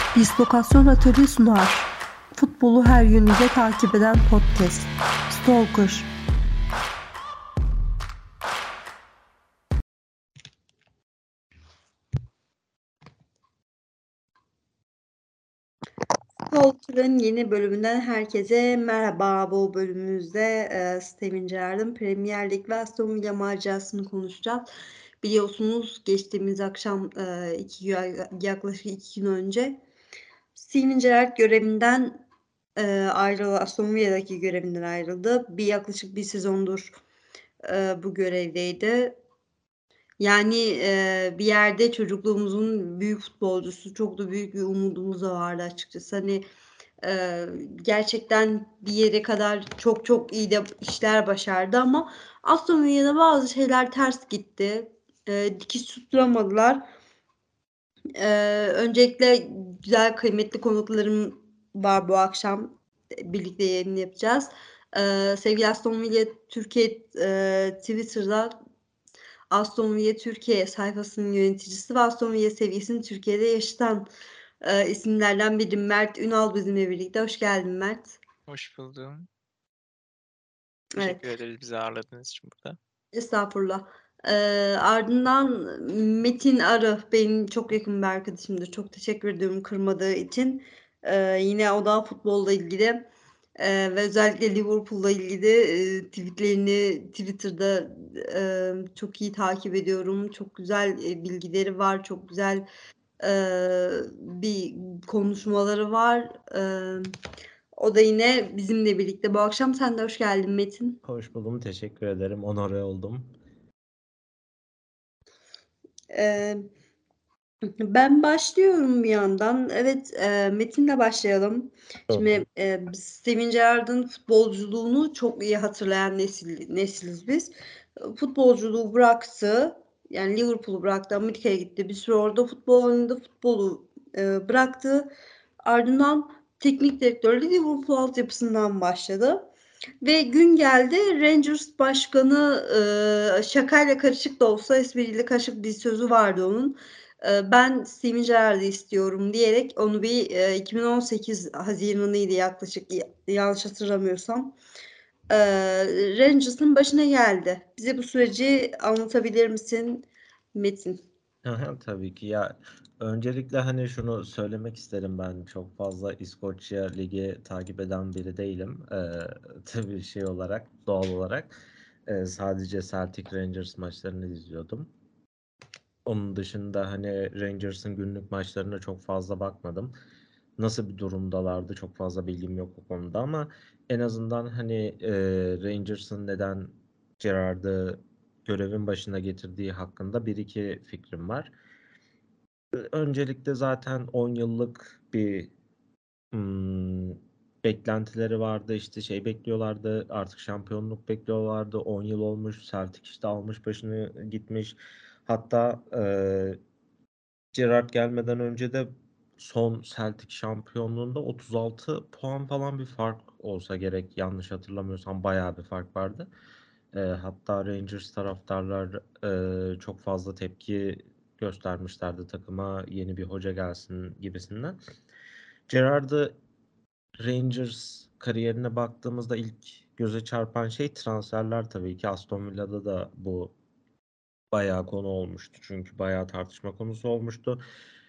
Dislokasyon Atölye sunar. Futbolu her yönüyle takip eden podcast. Stalker. Stalker'ın yeni bölümünden herkese merhaba. Bu bölümümüzde Steven Gerrard'ın Premier Lig ve Aston Villa macerasını konuşacağız. Biliyorsunuz geçtiğimiz akşam yaklaşık 2 gün önce Steven Gerrard görevinden ayrıldı. Aston Villa'daki görevinden ayrıldı. Yaklaşık bir sezondur bu görevdeydi. Yani bir yerde çocukluğumuzun büyük futbolcusu, çok da büyük bir umudumuz da vardı açıkçası. Hani gerçekten bir yere kadar çok çok iyi de işler başardı ama Aston Villa'da bazı şeyler ters gitti. Dikiş tutturamadılar. Öncelikle güzel kıymetli konuklarım var bu akşam. Birlikte yayın yapacağız. Sevgili Aston Villa Türkiye Twitter'da Aston Villa Türkiye sayfasının yöneticisi ve Aston Villa seviyesini Türkiye'de yaşatan isimlerden biri Mert Ünal bizimle birlikte. Hoş geldin Mert. Hoş buldum. Evet, Teşekkür ederiz bizi ağırladığınız için burada. estağfurullah. Ardından Metin Arı benim çok yakın bir arkadaşımdır. Çok teşekkür ediyorum kırmadığı için. Yine o da futbolla ilgili ve özellikle Liverpool'la ilgili tweetlerini Twitter'da çok iyi takip ediyorum. Çok güzel bilgileri var. Çok güzel bir konuşmaları var. O da yine bizimle birlikte bu akşam. Sen de hoş geldin Metin. Hoş buldum. Teşekkür ederim. Onore oldum. Ee, Ben başlıyorum bir yandan. Evet, Metin'le başlayalım. Şimdi Steven Gerrard'ın futbolculuğunu çok iyi hatırlayan nesiliz biz. Futbolculuğu bıraktı. Yani Liverpool'u bıraktı. Amerika'ya gitti. Bir süre orada futbol oynadı. Futbolu bıraktı. Ardından teknik direktörlüğü Liverpool altyapısından başladı. Ve gün geldi Rangers başkanı şakayla karışık da olsa espriyle karışık bir sözü vardı onun. Ben Steven Gerrard'ı istiyorum diyerek onu bir 2018 Haziran'ıydı yaklaşık yanlış hatırlamıyorsam. Rangers'ın başına geldi. Bize bu süreci anlatabilir misin Metin? Aha, tabii ki ya, öncelikle hani şunu söylemek isterim, ben çok fazla İskoçya Ligi takip eden biri değilim. Tabii şey olarak, doğal olarak sadece Celtic Rangers maçlarını izliyordum. Onun dışında hani Rangers'ın günlük maçlarına çok fazla bakmadım. Nasıl bir durumdalardı çok fazla bilgim yok o konuda, ama en azından hani Rangers'ın neden Gerrard'ı görevin başına getirdiği hakkında bir iki fikrim var. Öncelikle zaten 10 yıllık bir hmm, beklentileri vardı, işte şey bekliyorlardı, artık şampiyonluk bekliyorlardı. 10 yıl olmuş, Celtic işte almış başını gitmiş. Hatta Gerrard gelmeden önce de son Celtic şampiyonluğunda 36 puan falan bir fark olsa gerek. Yanlış hatırlamıyorsam bayağı bir fark vardı. Hatta Rangers taraftarlar çok fazla tepki göstermişlerdi takıma, yeni bir hoca gelsin gibisinden. Gerrard'ı Rangers kariyerine baktığımızda ilk göze çarpan şey transferler tabii ki. Aston Villa'da da bu bayağı konu olmuştu. Çünkü bayağı tartışma konusu olmuştu.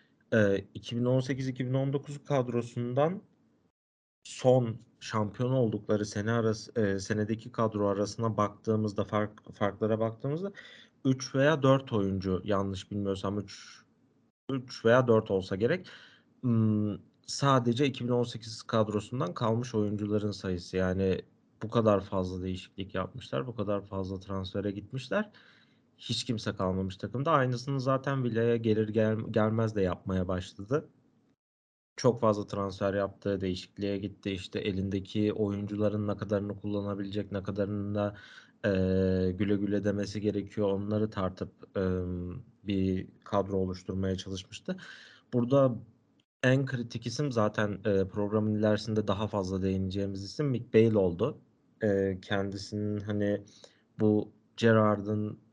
2018-2019 kadrosundan son şampiyon oldukları senedeki kadro arasına baktığımızda, farklara baktığımızda 3 veya 4 oyuncu, yanlış bilmiyorsam 3 veya 4 olsa gerek. Hmm, Sadece 2018 kadrosundan kalmış oyuncuların sayısı, yani bu kadar fazla değişiklik yapmışlar, bu kadar fazla transfere gitmişler. Hiç kimse kalmamış takımda. Aynısını zaten Villa'ya gelir gelmez de yapmaya başladı. Çok fazla transfer yaptı, değişikliğe gitti. İşte elindeki oyuncuların ne kadarını kullanabilecek, ne kadarını da güle güle demesi gerekiyor. Onları tartıp bir kadro oluşturmaya çalışmıştı. Burada en kritik isim, zaten programın ilerisinde daha fazla değineceğimiz isim, Mick Bale oldu. Kendisinin hani bu Gerrard'ın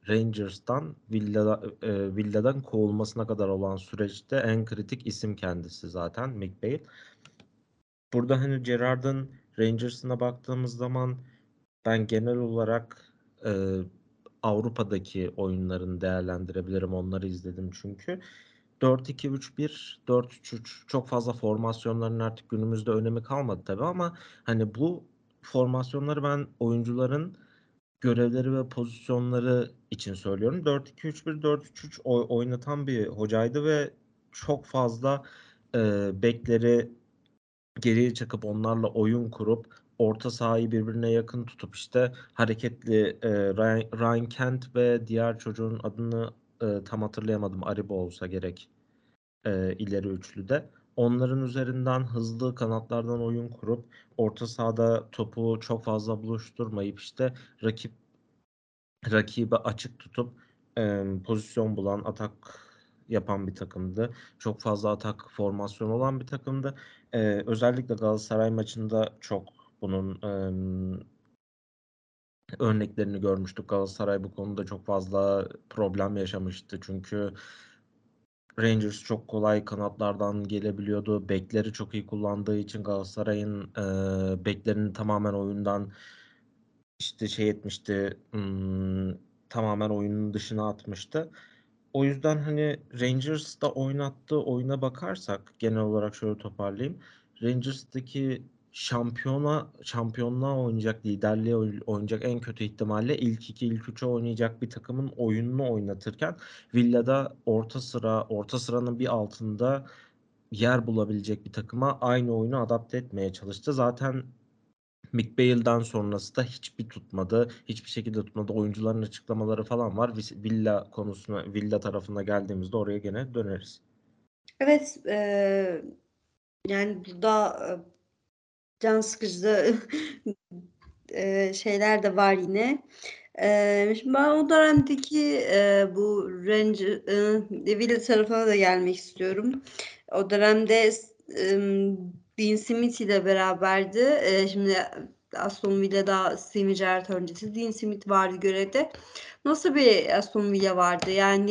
Rangers'tan Villa'dan kovulmasına kadar olan süreçte en kritik isim kendisi zaten McBale. Burada hani Gerrard'ın Rangers'ına baktığımız zaman ben genel olarak Avrupa'daki oyunlarını değerlendirebilirim. Onları izledim çünkü. 4-2-3-1, 4-3-3 çok fazla formasyonların artık günümüzde önemi kalmadı tabii ama hani bu formasyonları ben oyuncuların görevleri ve pozisyonları için söylüyorum. 4-2-3-1, 4-3-3 oynatan bir hocaydı ve çok fazla bekleri geriye çakıp onlarla oyun kurup orta sahayı birbirine yakın tutup işte hareketli Ryan Kent ve diğer çocuğun adını tam hatırlayamadım. Aribo olsa gerek ileri üçlüde. Onların üzerinden hızlı kanatlardan oyun kurup orta sahada topu çok fazla buluşturmayıp işte rakibi açık tutup pozisyon bulan, atak yapan bir takımdı. Çok fazla atak formasyonu olan bir takımdı. Özellikle Galatasaray maçında çok bunun örneklerini görmüştük. Galatasaray bu konuda çok fazla problem yaşamıştı. Çünkü Rangers çok kolay kanatlardan gelebiliyordu. Bekleri çok iyi kullandığı için Galatasaray'ın beklerini tamamen oyundan işte şey etmişti, tamamen oyunun dışına atmıştı. O yüzden hani Rangers'ta oynattığı oyuna bakarsak genel olarak şöyle toparlayayım. Rangers'taki şampiyonluğa oynayacak, liderliğe oynayacak en kötü ihtimalle ilk 2 ilk 3'e oynayacak bir takımın oyununu oynatırken Villa'da orta sıranın bir altında yer bulabilecek bir takıma aynı oyunu adapte etmeye çalıştı. Zaten McBail'den sonrası da hiçbir tutmadı. Hiçbir şekilde tutmadı. Oyuncuların açıklamaları falan var. Villa tarafına geldiğimizde oraya gene döneriz. Evet, yani burada can sıkıcı şeyler de var yine. Şimdi ben o dönemdeki bu Villa tarafına da gelmek istiyorum. O dönemde Dean Smith ile beraberdi. Şimdi Aston Villa'da Steven Gerrard öncesi Dean Smith vardı görevde. Nasıl bir Aston Villa vardı? Yani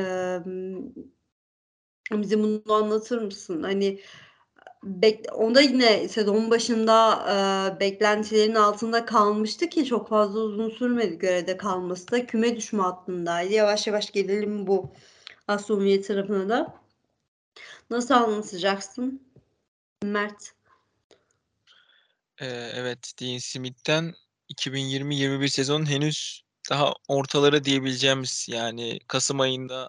bize bunu anlatır mısın? Hani onda yine sezon başında beklentilerin altında kalmıştı ki çok fazla uzun sürmedi görevde kalması da. Küme düşme hattındaydı. Yavaş yavaş gelelim bu Aston Villa tarafına da. Nasıl anlatacaksın Mert? Evet, Dean Smith'ten 2020-21 sezonun henüz daha ortaları diyebileceğimiz yani Kasım ayında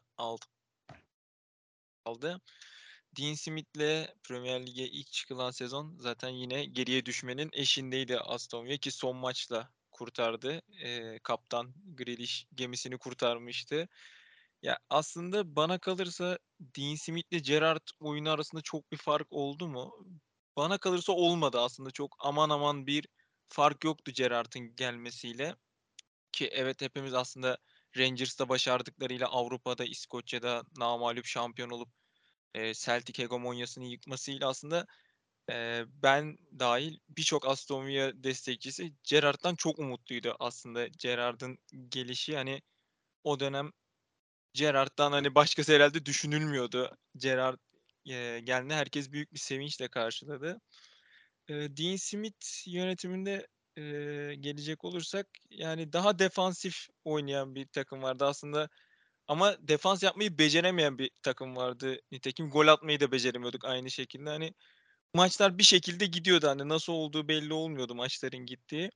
aldı. Dean Smith'le Premier Lig'e ilk çıkılan sezon zaten yine geriye düşmenin eşindeydi Aston Villa ki son maçla kurtardı. Kaptan Grealish gemisini kurtarmıştı. Ya aslında bana kalırsa Dean Smith'le Gerrard oyunu arasında çok bir fark oldu mu? Bana kalırsa olmadı aslında. Çok aman aman bir fark yoktu Gerrard'ın gelmesiyle. Ki evet hepimiz aslında Rangers'ta başardıklarıyla Avrupa'da, İskoçya'da namağlup şampiyon olup Celtic hegemonyasını yıkmasıyla aslında ben dahil birçok Aston Villa destekçisi Gerrard'dan çok umutluydu aslında. Gerrard'ın gelişi hani o dönem Gerrard'dan hani başkası herhalde düşünülmüyordu. Gerrard geldiğinde herkes büyük bir sevinçle karşıladı. Dean Smith yönetiminde gelecek olursak yani daha defansif oynayan bir takım vardı aslında ama defans yapmayı beceremeyen bir takım vardı. Nitekim gol atmayı da beceremiyorduk aynı şekilde. Hani maçlar bir şekilde gidiyordu. Hani nasıl olduğu belli olmuyordu maçların gittiği.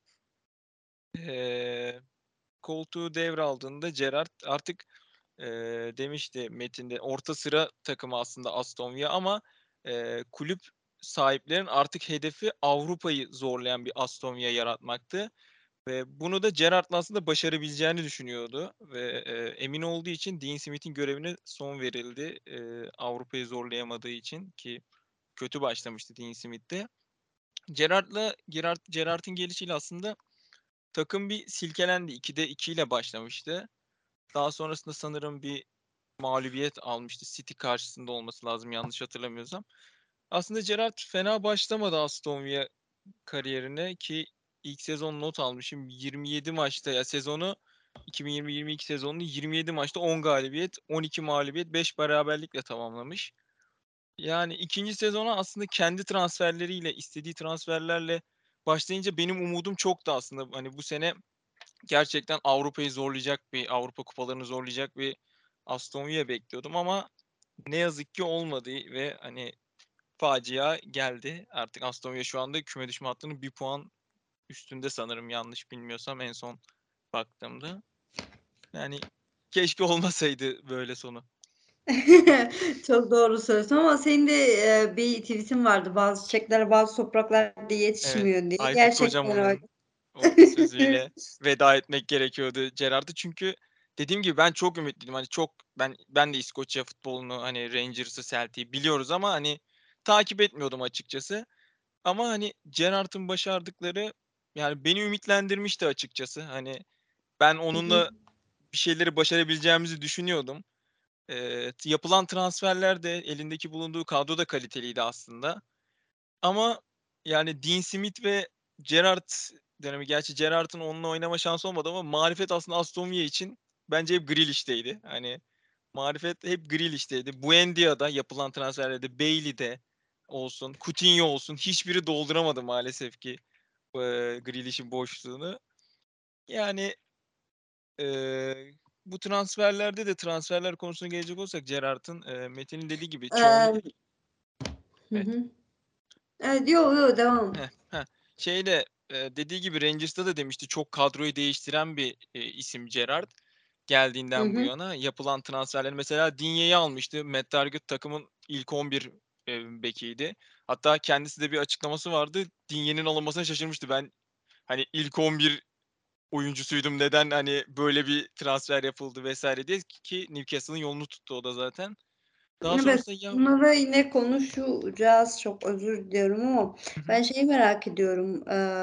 Eee, koltuğu devraldığında Gerrard artık demişti metinde orta sıra takımı aslında Aston Villa ama kulüp sahiplerin artık hedefi Avrupa'yı zorlayan bir Aston Villa yaratmaktı. Ve bunu da Gerrard'la aslında başarabileceğini düşünüyordu ve emin olduğu için Dean Smith'in görevine son verildi. Avrupa'yı zorlayamadığı için ki kötü başlamıştı Dean Smith'te. Gerrard'ın gelişiyle aslında takım bir silkelendi. 2'de 2 ile başlamıştı. Daha sonrasında sanırım bir mağlubiyet almıştı. City karşısında olması lazım yanlış hatırlamıyorsam. Aslında Gerrard fena başlamadı Aston Villa kariyerine ki ilk sezon not almışım. 27 maçta ya sezonu 2020-22 sezonunu 27 maçta 10 galibiyet, 12 mağlubiyet, 5 beraberlikle tamamlamış. Yani ikinci sezona aslında kendi transferleriyle, istediği transferlerle başlayınca benim umudum çoktu aslında. Hani bu sene gerçekten Avrupa'yı zorlayacak bir, Avrupa kupalarını zorlayacak bir Aston Villa bekliyordum ama ne yazık ki olmadı ve hani facia geldi. Artık Aston Villa şu anda küme düşme hattının 1 puan üstünde sanırım, yanlış bilmiyorsam en son baktığımda. Yani keşke olmasaydı böyle sonu. Çok doğru söylüyorsun ama senin de, bir tweet'in vardı. Bazı çiçekler bazı topraklarda Evet, yetişmiyor diye. Aykut Gerçekten öyle. Kocaman'ın o sözüyle veda etmek gerekiyordu Gerrard'a. Çünkü dediğim gibi ben çok ümitliydim. Hani ben de İskoçya futbolunu, hani Rangers'ı, Celtic'i biliyoruz ama hani takip etmiyordum açıkçası. Ama hani Gerrard'ın başardıkları yani beni ümitlendirmişti açıkçası. Hani ben Hı hı. onunla bir şeyleri başarabileceğimizi düşünüyordum. Yapılan transferler de, elindeki bulunduğu kadro da kaliteliydi aslında. Ama yani Dean Smith ve Gerrard dönemi, gerçi Gerrard'ın onunla oynama şansı olmadı ama marifet aslında Aston Villa için bence hep Grealish'teydi. Hani marifet hep Grealish'teydi. Buendia'da yapılan transferlerde, Bailey'de olsun, Coutinho olsun, hiçbiri dolduramadı maalesef ki Grealish'in boşluğunu. Yani bu transferlerde de, transferler konusuna gelecek olursak Gerrard'ın, Metin'in dediği gibi çoğunluk. Eee Hı Evet. hı. Evet, yo, devam. Heh, heh. Şeyde, dediği gibi Rangers'ta da demişti, çok kadroyu değiştiren bir, isim Gerrard. Hı Geldiğinden bu hı. yana yapılan transferler, mesela Digne'yi almıştı. Matt Targett takımın ilk 11 bekiydi. Hatta kendisi de bir açıklaması vardı. Digne'nin alınmasına şaşırmıştı. Ben hani ilk 11 oyuncusuydum. Neden hani böyle bir transfer yapıldı vesaire diye, ki Newcastle'ın yolunu tuttu o da zaten. Daha Evet, sonrasında ya. bunları yine konuşacağız. Çok özür diliyorum ama Hı hı. ben şeyi merak ediyorum.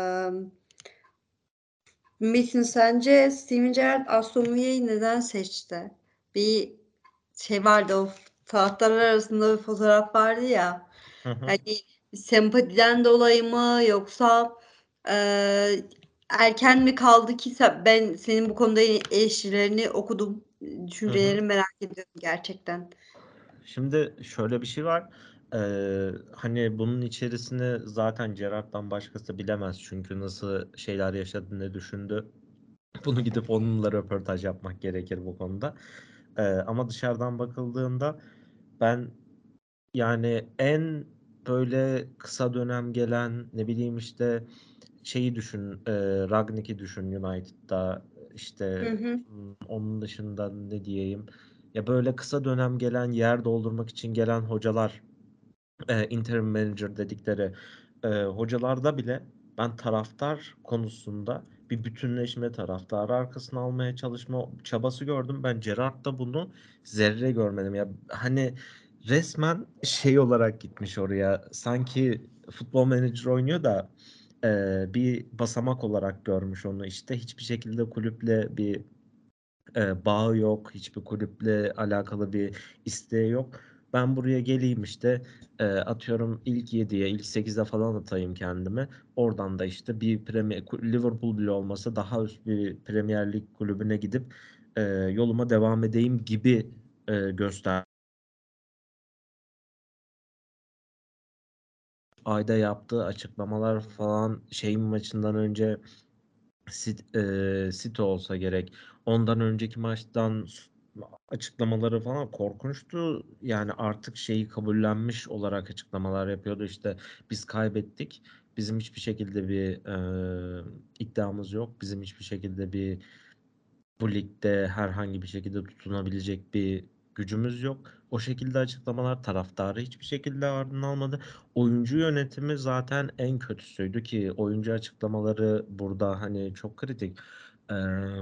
Metin, sence Steven Gerrard Aston Villa'yı neden seçti? Bir şey vardı, o taraftarlar arasında bir fotoğraf vardı ya. Hı hı. Hani sempatiden dolayı mı yoksa erken mi kaldı ki ben senin bu konuda eleştirilerini okudum. Hı hı. Düşüncelerini merak ediyorum gerçekten. Şimdi şöyle bir şey var. Hani bunun içerisini zaten Gerard'dan başkası bilemez. Çünkü nasıl şeyler yaşadı, ne düşündü. Bunu gidip onunla röportaj yapmak gerekir bu konuda. Ama dışarıdan bakıldığında ben yani en böyle kısa dönem gelen, ne bileyim işte şeyi düşün, Rangnick'i düşün United'da, Hı işte hı. onun dışında ne diyeyim, ya böyle kısa dönem gelen, yer doldurmak için gelen hocalar, interim manager dedikleri hocalarda bile ben taraftar konusunda bir bütünleşme, taraftarı arkasına almaya çalışma çabası gördüm. Ben Gerrard'da bunu zerre görmedim. Ya hani resmen şey olarak gitmiş oraya. Sanki futbol manager oynuyor da bir basamak olarak görmüş onu işte. Hiçbir şekilde kulüple bir bağı yok, hiçbir kulüple alakalı bir isteği yok. Ben buraya geleyim işte, atıyorum ilk 7'ye, ilk 8'e falan atayım kendimi. Oradan da işte bir Liverpool bile olmasa daha üst bir Premier Lig kulübüne gidip yoluma devam edeyim gibi göster. Ayda yaptığı açıklamalar falan, şeyin maçından önce City olsa gerek. Ondan önceki maçtan açıklamaları falan korkunçtu. Yani artık şeyi kabullenmiş olarak açıklamalar yapıyordu. İşte biz kaybettik. Bizim hiçbir şekilde bir iddiamız yok. Bizim hiçbir şekilde bu ligde herhangi bir şekilde tutunabilecek bir gücümüz yok. O şekilde açıklamalar, taraftarı hiçbir şekilde ardına almadı. Oyuncu yönetimi zaten en kötüsüydü ki oyuncu açıklamaları burada hani çok kritik. Eee,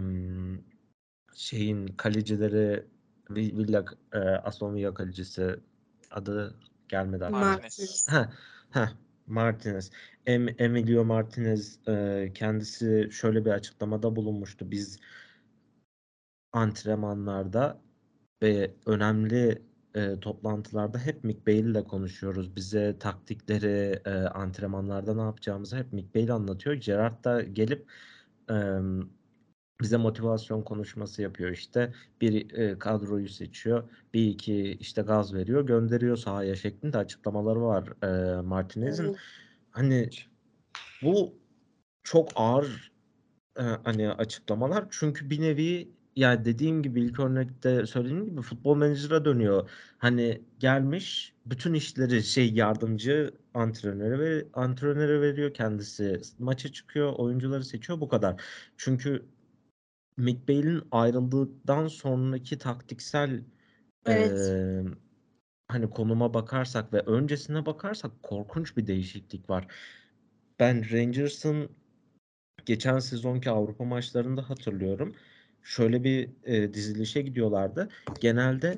Şeyin kalecileri, Aston Villa kalecisi, adı gelmedi aklıma. Martinez. Martinez. Heh, heh, Martinez. Emilio Martinez kendisi şöyle bir açıklamada bulunmuştu. Biz antrenmanlarda ve önemli toplantılarda hep Mick Bailey ile konuşuyoruz. Bize taktikleri, antrenmanlarda ne yapacağımızı hep Mick Bailey anlatıyor. Gerrard da gelip bize motivasyon konuşması yapıyor işte. Bir kadroyu seçiyor. Bir iki işte gaz veriyor, gönderiyor sahaya şeklinde açıklamaları var Martinez'in. Evet. Hani bu çok ağır hani açıklamalar, çünkü bir nevi, yani dediğim gibi ilk örnekte söylediğim gibi futbol menajera dönüyor. Hani gelmiş bütün işleri yardımcı antrenöre veriyor, kendisi maça çıkıyor, oyuncuları seçiyor, bu kadar. Çünkü McBail'in ayrıldıktan sonraki taktiksel Evet. eee, hani konuma bakarsak ve öncesine bakarsak korkunç bir değişiklik var. Ben Rangers'ın geçen sezonki Avrupa maçlarında hatırlıyorum. Şöyle bir dizilişe gidiyorlardı. Genelde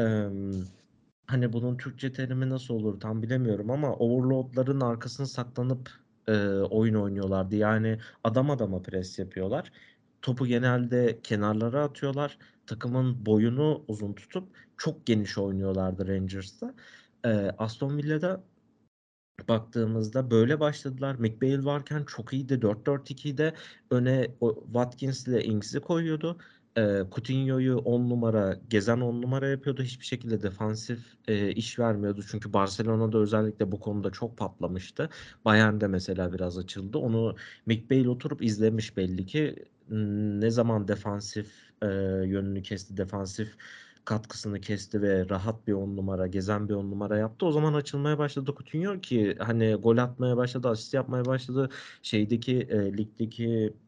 hani bunun Türkçe terimi nasıl olur tam bilemiyorum ama overloadların arkasına saklanıp oyun oynuyorlardı. Yani adam adama pres yapıyorlar. Topu genelde kenarlara atıyorlar. Takımın boyunu uzun tutup çok geniş oynuyorlardı Rangers'ta. Aston Villa'da baktığımızda böyle başladılar. McBale varken çok iyiydi. 4-4-2'de öne Watkins ile Ings'i koyuyordu. Coutinho'yu 10 numara, gezen 10 numara yapıyordu. Hiçbir şekilde defansif iş vermiyordu. Çünkü Barcelona'da özellikle bu konuda çok patlamıştı. Bayern'de mesela biraz açıldı. Onu McBale oturup izlemiş belli ki. Ne zaman defansif yönünü kesti, defansif katkısını kesti ve rahat bir 10 numara, gezen bir 10 numara yaptı. O zaman açılmaya başladı Coutinho ki hani gol atmaya başladı, asist yapmaya başladı. Ligdeki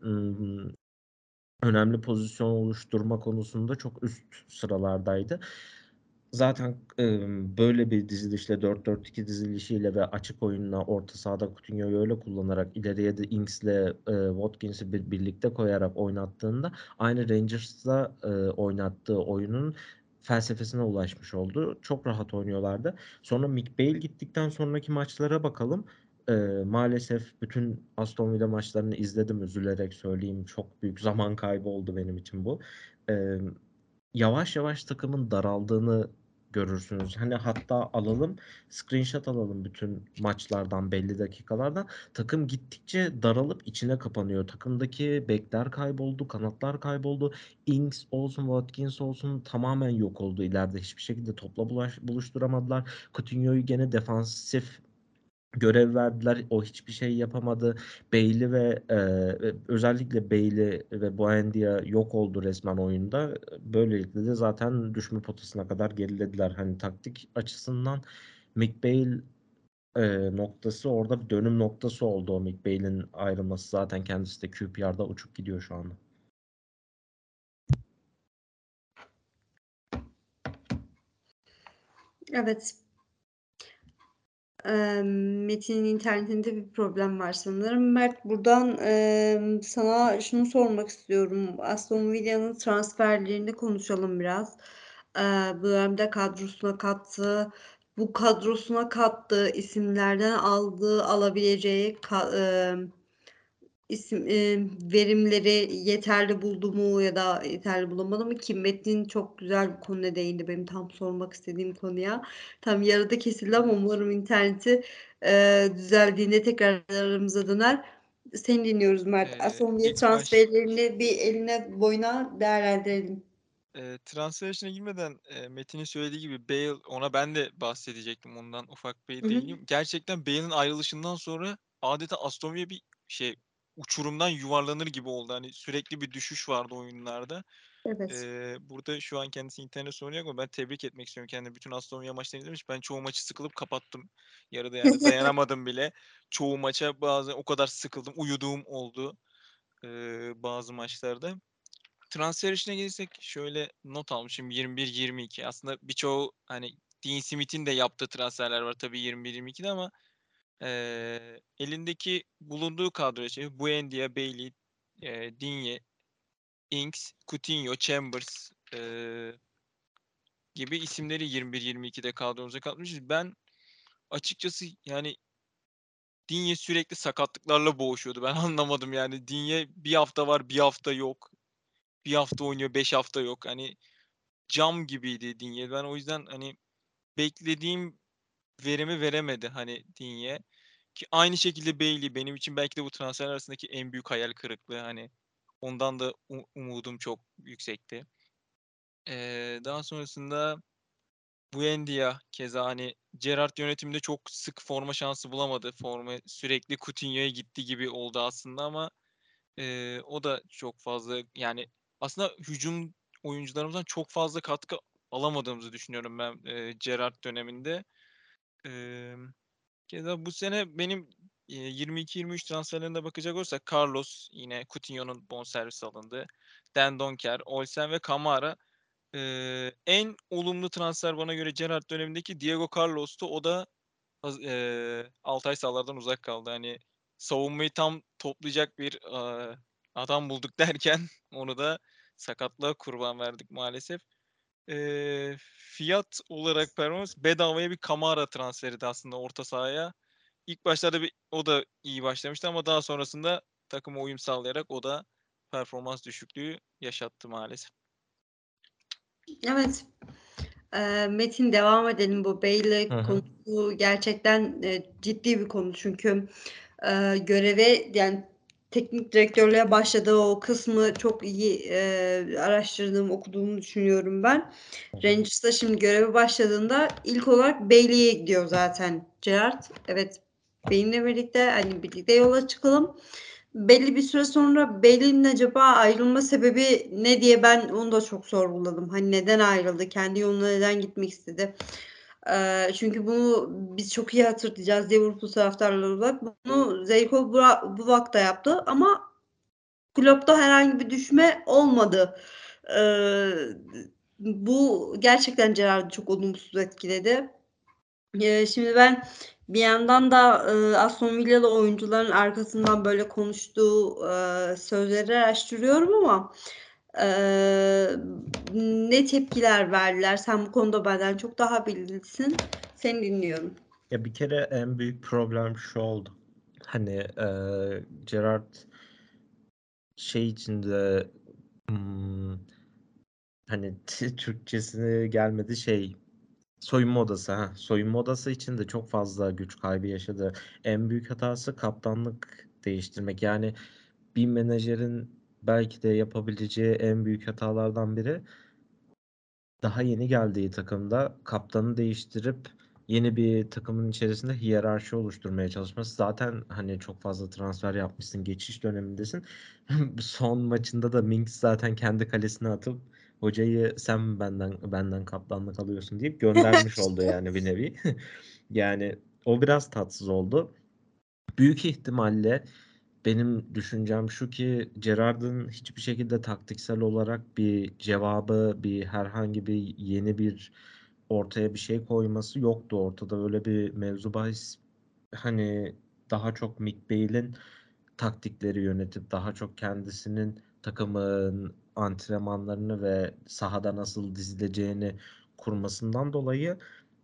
önemli pozisyon oluşturma konusunda çok üst sıralardaydı. Zaten böyle bir dizilişle 4-4-2 dizilişiyle ve açık oyunla orta sahada Coutinho'yu öyle kullanarak ileriye de Ings'le Watkins'i birlikte koyarak oynattığında aynı Rangers'la oynattığı oyunun felsefesine ulaşmış oldu. Çok rahat oynuyorlardı. Sonra Mick Bale gittikten sonraki maçlara bakalım. Maalesef bütün Aston Villa maçlarını izledim, üzülerek söyleyeyim. Çok büyük zaman kaybı oldu benim için bu. Ee, Yavaş yavaş takımın daraldığını görürsünüz. Hani hatta screenshot alalım bütün maçlardan, belli dakikalardan. Takım gittikçe daralıp içine kapanıyor. Takımdaki bekler kayboldu, kanatlar kayboldu. Ings olsun, Watkins olsun tamamen yok oldu ileride. Hiçbir şekilde topla buluşturamadılar. Coutinho'yu gene defansif görev verdiler. O hiçbir şey yapamadı. Özellikle Bailey ve Buendia yok oldu resmen oyunda. Böylelikle de zaten düşme potasına kadar gerilediler. Hani taktik açısından McBale noktası orada bir dönüm noktası oldu, o McBail'in ayrılması. Zaten kendisi de QPR'da uçup gidiyor şu anda. Evet. Metin'in internetinde bir problem var sanırım. Mert, buradan sana şunu sormak istiyorum. Aston Villa'nın transferlerini konuşalım biraz. Bu dönemde bu kadrosuna kattığı isimlerden alabileceği verimleri yeterli buldu mu ya da yeterli bulamadı mı ki Metin çok güzel bir konuya değindi benim tam sormak istediğim konuya. Tam yarıda kesildi ama umarım interneti düzeldiğinde tekrar aramıza döner. Seni dinliyoruz Mert. Aston Villa İlk baş transferlerini bir eline boyuna değerlendirelim. transfer işine girmeden Metin'in söylediği gibi Bale, ona ben de bahsedecektim, ondan ufak Hı bir hı. değineyim. Gerçekten Bale'in ayrılışından sonra adeta Aston Villa bir uçurumdan yuvarlanır gibi oldu. Hani sürekli bir düşüş vardı oyunlarda. Evet. Burada şu an kendisi internet sorunu yok ama ben tebrik etmek istiyorum kendini. Bütün Aston Villa maçlarını izlemiş. Ben çoğu maçı sıkılıp kapattım. Yarıda yani dayanamadım bile. Çoğu maça bazen o kadar sıkıldım. Uyuduğum oldu bazı maçlarda. Transfer işine gelirsek şöyle not almışım, 21-22. Aslında birçoğu hani Dean Smith'in de yaptığı transferler var tabii 21-22'de ama elindeki bulunduğu kadro için Buendia, Bailey, Digne, Ings, Coutinho, Chambers gibi isimleri 21-22'de kadromuza katmışız. Ben açıkçası yani Digne sürekli sakatlıklarla boğuşuyordu. Ben anlamadım yani. Digne bir hafta var, bir hafta yok. Bir hafta oynuyor, 5 hafta yok. Hani cam gibiydi Digne. Ben o yüzden hani beklediğim verimi veremedi hani Digne. Ki aynı şekilde Bailey benim için belki de bu transfer arasındaki en büyük hayal kırıklığı. Hani Ondan da umudum çok yüksekti. Daha sonrasında Buendia keza hani Gerrard yönetiminde çok sık forma şansı bulamadı. Forma sürekli Coutinho'ya gitti gibi oldu aslında ama o da çok fazla yani aslında hücum oyuncularımızdan çok fazla katkı alamadığımızı düşünüyorum ben Gerrard döneminde. Keza bu sene benim 22-23 transferlerine bakacak olursak Carlos yine Coutinho'nun bonservisi alındı. Dan Donker, Olsen ve Kamara. En olumlu transfer bana göre Gerrard dönemindeki Diego Carlos'tu. O da Altay sahalardan uzak kaldı. Hani savunmayı tam toplayacak bir adam bulduk derken onu da sakatlığa kurban verdik maalesef. Fiyat olarak performans bedavaya bir Kamara transferiydi aslında orta sahaya. İlk başlarda o da iyi başlamıştı ama daha sonrasında takıma uyum sağlayarak o da performans düşüklüğü yaşattı maalesef. Evet. Metin, devam edelim. Bu Bailey Hı hı. konusu gerçekten ciddi bir konu çünkü göreve yani teknik direktörlüğe başladığı o kısmı çok iyi araştırdığım, okuduğumu düşünüyorum ben. Hı hı. Rangers'ta şimdi göreve başladığında ilk olarak Bailey'e gidiyor zaten Gerrard. Evet, benimle birlikte hani birlikte yola çıkalım. Belli bir süre sonra Bailey'nin acaba ayrılma sebebi ne diye ben onu da çok sorguladım. Hani neden ayrıldı? Kendi yoluna neden gitmek istedi? Çünkü bunu biz çok iyi hatırlayacağız Liverpool taraftarları olarak. Bunu Zeljko Buvac da yaptı ama Klopp'ta herhangi bir düşme olmadı. Bu gerçekten Gerrard'ı çok olumsuz etkiledi. Şimdi ben bir yandan da Aston Villalı oyuncuların arkasından böyle konuştuğu sözleri araştırıyorum ama ne tepkiler verdiler? Sen bu konuda benden çok daha bilgilisin. Seni dinliyorum. Ya bir kere en büyük problem şu oldu. Hani Gerrard şey içinde hani Türkçesine gelmedi soyunma odası. Soyunma odası için de çok fazla güç kaybı yaşadı. En büyük hatası kaptanlık değiştirmek. Yani bir menajerin belki de yapabileceği en büyük hatalardan biri daha yeni geldiği takımda kaptanı değiştirip yeni bir takımın içerisinde hiyerarşi oluşturmaya çalışması. Zaten hani çok fazla transfer yapmışsın, geçiş dönemindesin. Son maçında da Minks zaten kendi kalesine atıp hocayı sen mi benden kaptanlık alıyorsun deyip göndermiş oldu yani bir nevi. Yani o biraz tatsız oldu. Büyük ihtimalle benim düşüncem şu ki Gerrard'ın hiçbir şekilde taktiksel olarak bir cevabı, bir herhangi bir yeni bir ortaya bir şey koyması yoktu ortada. Öyle bir mevzu bahis hani daha çok Mick Bale'in taktikleri yönetip daha çok kendisinin takımın antrenmanlarını ve sahada nasıl dizileceğini kurmasından dolayı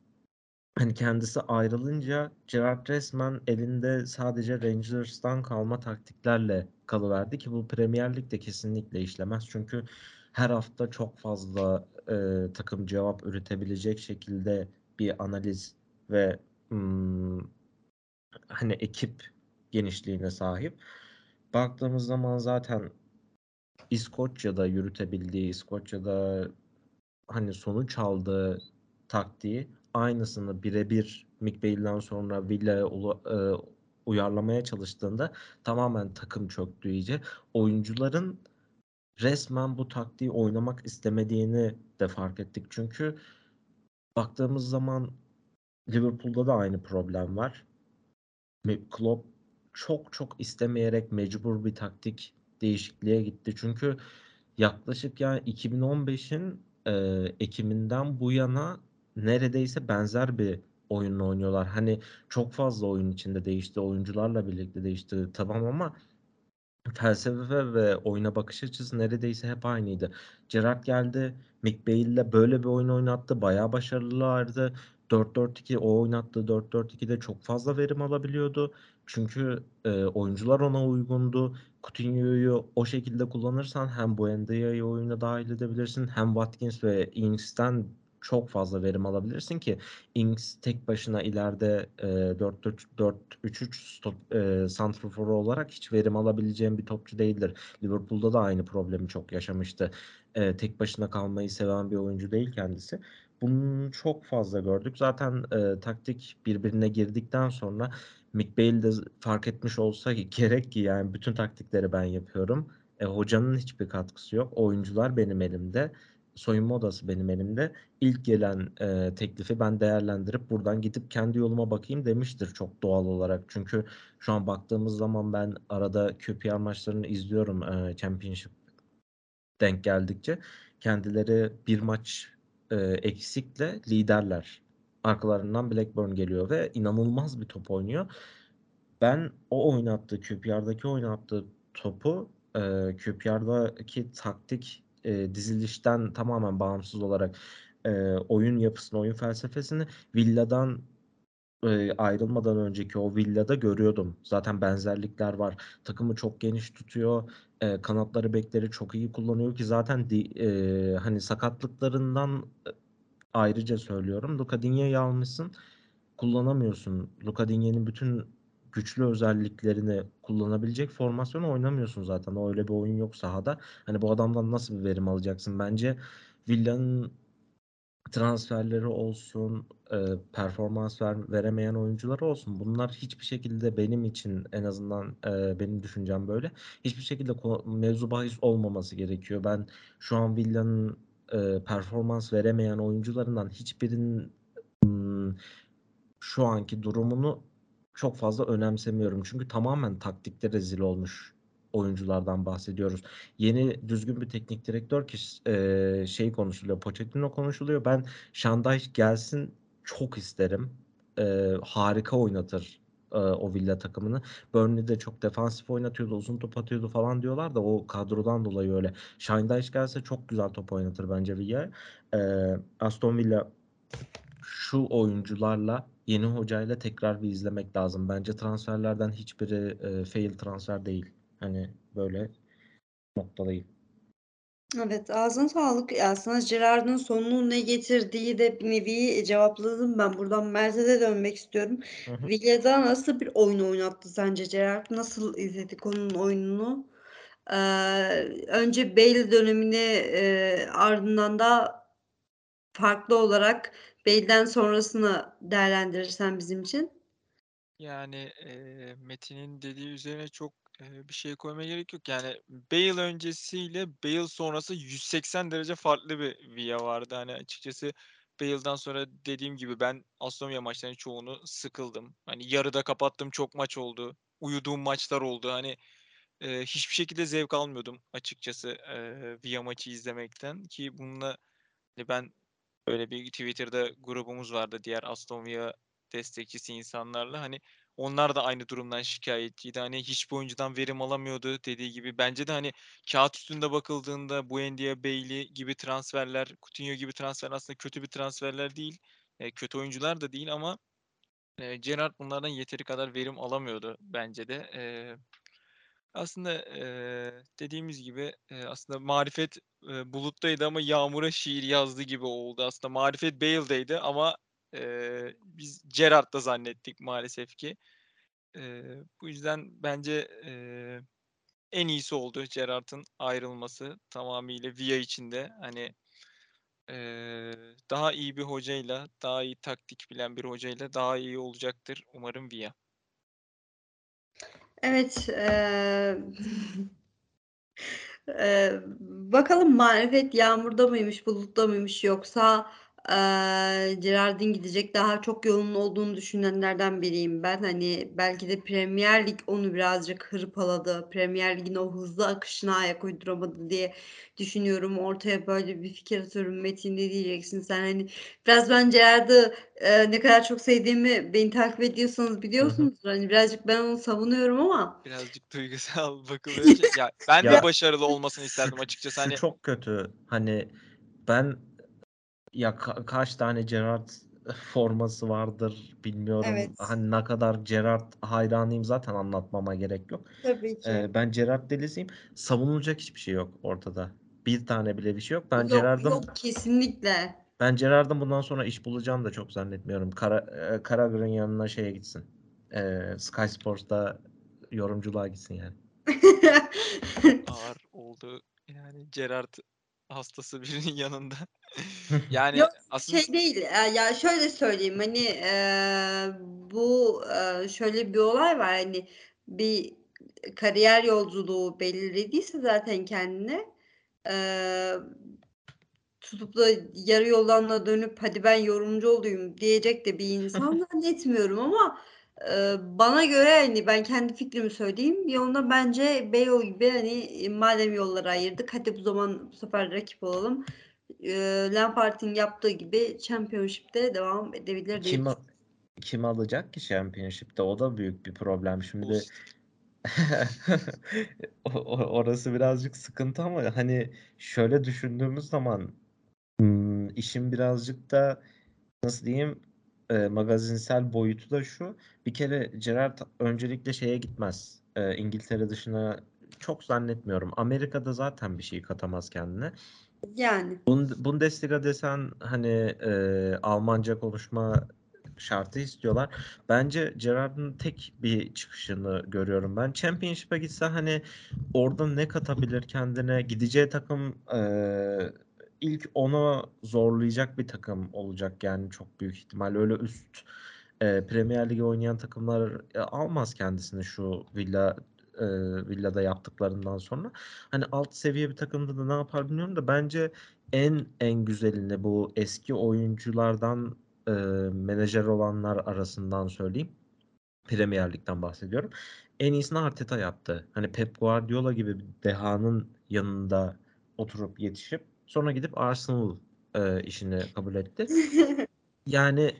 hani kendisi ayrılınca Gerrard resmen elinde sadece Rangers'tan kalma taktiklerle kalıverdi ki bu Premier Lig'de kesinlikle işlemez. Çünkü her hafta çok fazla takım cevap üretebilecek şekilde bir analiz ve hmm, hani ekip genişliğine sahip. Baktığımız zaman zaten İskoçya'da yürütebildiği, İskoçya'da hani sonuç aldığı taktiği aynısını birebir Mick Bale'den sonra Villa'ya uyarlamaya çalıştığında tamamen takım çöktü iyice. Oyuncuların resmen bu taktiği oynamak istemediğini de fark ettik. Çünkü baktığımız zaman Liverpool'da da aynı problem var. Klopp çok çok istemeyerek mecbur bir taktik değişikliğe gitti. Çünkü yaklaşık yani 2015'in Ekim'inden bu yana neredeyse benzer bir oyunla oynuyorlar. Hani çok fazla oyun içinde değişti, oyuncularla birlikte değişti tamam ama felsefe ve oyuna bakış açısı neredeyse hep aynıydı. Gerrard geldi, Mick Bale'le böyle bir oyun oynattı. Bayağı başarılılardı. 4-4-2 o oynattığı 4-4-2'de çok fazla verim alabiliyordu. Çünkü oyuncular ona uygundu. Coutinho'yu o şekilde kullanırsan hem Buendia'yı oyuna dahil edebilirsin hem Watkins ve Ings'ten çok fazla verim alabilirsin ki Ings tek başına ileride 4-3-3 santrafor olarak hiç verim alabileceğim bir topçu değildir. Liverpool'da da aynı problemi çok yaşamıştı. Tek başına kalmayı seven bir oyuncu değil kendisi. Bunu çok fazla gördük. Zaten taktik birbirine girdikten sonra Mick Bale de fark etmiş olsa gerek ki yani bütün taktikleri ben yapıyorum. Hocanın hiçbir katkısı yok. Oyuncular benim elimde. Soyunma odası benim elimde. İlk gelen teklifi ben değerlendirip buradan gidip kendi yoluma bakayım demiştir çok doğal olarak. Çünkü şu an baktığımız zaman ben arada QPR maçlarını izliyorum Championship denk geldikçe. Kendileri bir maç eksikle liderler. Arkalarından Blackburn geliyor ve inanılmaz bir top oynuyor. Ben o oynattığı QPR'daki oynattığı topu QPR'daki taktik dizilişten tamamen bağımsız olarak oyun yapısını, oyun felsefesini Villa'dan ayrılmadan önceki o Villa'da görüyordum. Zaten benzerlikler var. Takımı çok geniş tutuyor. Kanatları, bekleri çok iyi kullanıyor ki zaten hani sakatlıklarından ayrıca söylüyorum. Luka Digne'yi almışsın, kullanamıyorsun. Luka Digne'nin bütün güçlü özelliklerini kullanabilecek formasyonu oynamıyorsun zaten. O öyle bir oyun yok sahada. Hani bu adamdan nasıl bir verim alacaksın? Bence Villa'nın transferleri olsun, performans veremeyen oyuncuları olsun. Bunlar hiçbir şekilde benim için en azından benim düşüncem böyle. Hiçbir şekilde mevzu bahis olmaması gerekiyor. Ben şu an Villa'nın performans veremeyen oyuncularından hiçbirinin şu anki durumunu çok fazla önemsemiyorum. Çünkü tamamen taktikte rezil olmuş oyunculardan bahsediyoruz. Yeni düzgün bir teknik direktör ki şey konuşuluyor, Pochettino konuşuluyor. Ben Şandayş gelsin çok isterim. Harika oynatır o Villa takımını. Burnley'de çok defansif oynatıyordu, uzun top atıyordu falan diyorlar da o kadrodan dolayı öyle. Şandayş gelse çok güzel top oynatır bence Villa. Aston Villa şu oyuncularla yeni hocayla tekrar bir izlemek lazım. Bence transferlerden hiçbiri fail transfer değil. Hani böyle noktalayayım. Evet, ağzına sağlık. Aslında Gerrard'ın sonunun ne getirdiği de bir nevi cevapladım ben. Buradan Mert'e de dönmek istiyorum. Hı hı. Villa'da nasıl bir oyun oynattı sence Gerrard? Nasıl izledik onun oyununu? Önce Bale dönemini, ardından da farklı olarak Bale'den sonrasını değerlendirirsen bizim için. Yani Metin'in dediği üzerine çok bir şey koymaya gerek yok. Yani Bale öncesiyle Bale sonrası 180 derece farklı bir Villa vardı. Hani açıkçası Bale'dan sonra dediğim gibi ben Aston Villa maçlarının çoğunu sıkıldım. Hani yarıda kapattım, çok maç oldu. Uyuduğum maçlar oldu. Hani hiçbir şekilde zevk almıyordum açıkçası Villa maçı izlemekten ki bununla ben böyle bir Twitter'da grubumuz vardı diğer Aston Villa destekçisi insanlarla. Hani onlar da aynı durumdan şikâyetçiydi. Hani hiçbir oyuncudan verim alamıyordu dediği gibi. Bence de hani kağıt üstünde bakıldığında Buendia, Bailey gibi transferler, Coutinho gibi transferler aslında kötü bir transferler değil. Kötü oyuncular da değil ama Gerrard bunlardan yeteri kadar verim alamıyordu bence de. Aslında dediğimiz gibi aslında marifet Bulut'taydı ama Yağmur'a şiir yazdı gibi oldu. Aslında marifet Bale'deydi ama biz Gerrard'da zannettik maalesef ki. Bu yüzden bence en iyisi oldu Gerrard'ın ayrılması tamamıyla Villa için de. Hani daha iyi bir hocayla, daha iyi taktik bilen bir hocayla daha iyi olacaktır umarım Villa. Evet, bakalım marifet yağmurda mıymış, bulutta mıymış yoksa Gerrard'ın gidecek daha çok yolunun olduğunu düşünenlerden biriyim ben. Hani belki de Premier Lig onu birazcık hırpaladı. Premier Lig'in o hızlı akışına ayak uyduramadı diye düşünüyorum. Ortaya böyle bir fikir atıyorum. Metin ne diyeceksin sen? Hani biraz ben Gerrard'ı ne kadar çok sevdiğimi beni takip ediyorsanız Hı hı. biliyorsunuzdur. Hani birazcık ben onu savunuyorum ama Birazcık duygusal bakılınca ya ben de Ya başarılı olmasını şu isterdim açıkçası. şu Hani çok kötü. Hani ben ya kaç tane Gerrard forması vardır bilmiyorum. evet, Hani ne kadar Gerrard hayranıyım zaten anlatmama gerek yok. tabii ki. Ben Gerrard delisiyim. Savunulacak hiçbir şey yok ortada. Bir tane bile bir şey yok. Ben Yok, Gerrard'ın yok kesinlikle. Ben Gerrard'ın bundan sonra iş bulacağını da çok zannetmiyorum. Carragher'ın yanına şeye gitsin. Sky Sports'ta yorumculuğa gitsin yani. Ağır oldu. Yani Gerrard hastası birinin yanında. Yani Yok aslında şey değil. Ya şöyle söyleyeyim hani bu şöyle bir olay var hani bir kariyer yolculuğu belirlediyse zaten kendine eee, tutup da yarı yoldan da dönüp hadi ben yorumcu olayım diyecek de bir insan zannetmiyorum ama bana göre hani ben kendi fikrimi söyleyeyim yolunda bence Beyoğlu gibi hani madem yolları ayırdık hadi bu sefer rakip olalım. Lampard'ın yaptığı gibi Championship'te devam edebilir diye Kim düşünüyorum. kim alacak ki Championship'te? O da büyük bir problem. Şimdi Post. orası birazcık sıkıntı ama hani şöyle düşündüğümüz zaman işin birazcık da nasıl diyeyim magazinsel boyutu da şu. Bir kere Gerrard öncelikle şeye gitmez. İngiltere dışına çok zannetmiyorum. Amerika'da zaten bir şey katamaz kendine. Yani Bundesliga desen hani Almanca konuşma şartı istiyorlar. Bence Gerrard'ın tek bir çıkışını görüyorum ben. Championship'e gitse hani orada ne katabilir kendine? Gideceği takım ilk onu zorlayacak bir takım olacak yani çok büyük ihtimal. Öyle üst Premier Lig'e oynayan takımlar almaz kendisini şu Villa'da yaptıklarından sonra. Hani alt seviye bir takımda da ne yapar bilmiyorum da bence en güzelini bu eski oyunculardan e, menajer olanlar arasından söyleyeyim. Premier Lig'den bahsediyorum. En iyisini Arteta yaptı. Hani Pep Guardiola gibi bir dehanın yanında oturup yetişip sonra gidip Arsenal işini kabul etti. Yani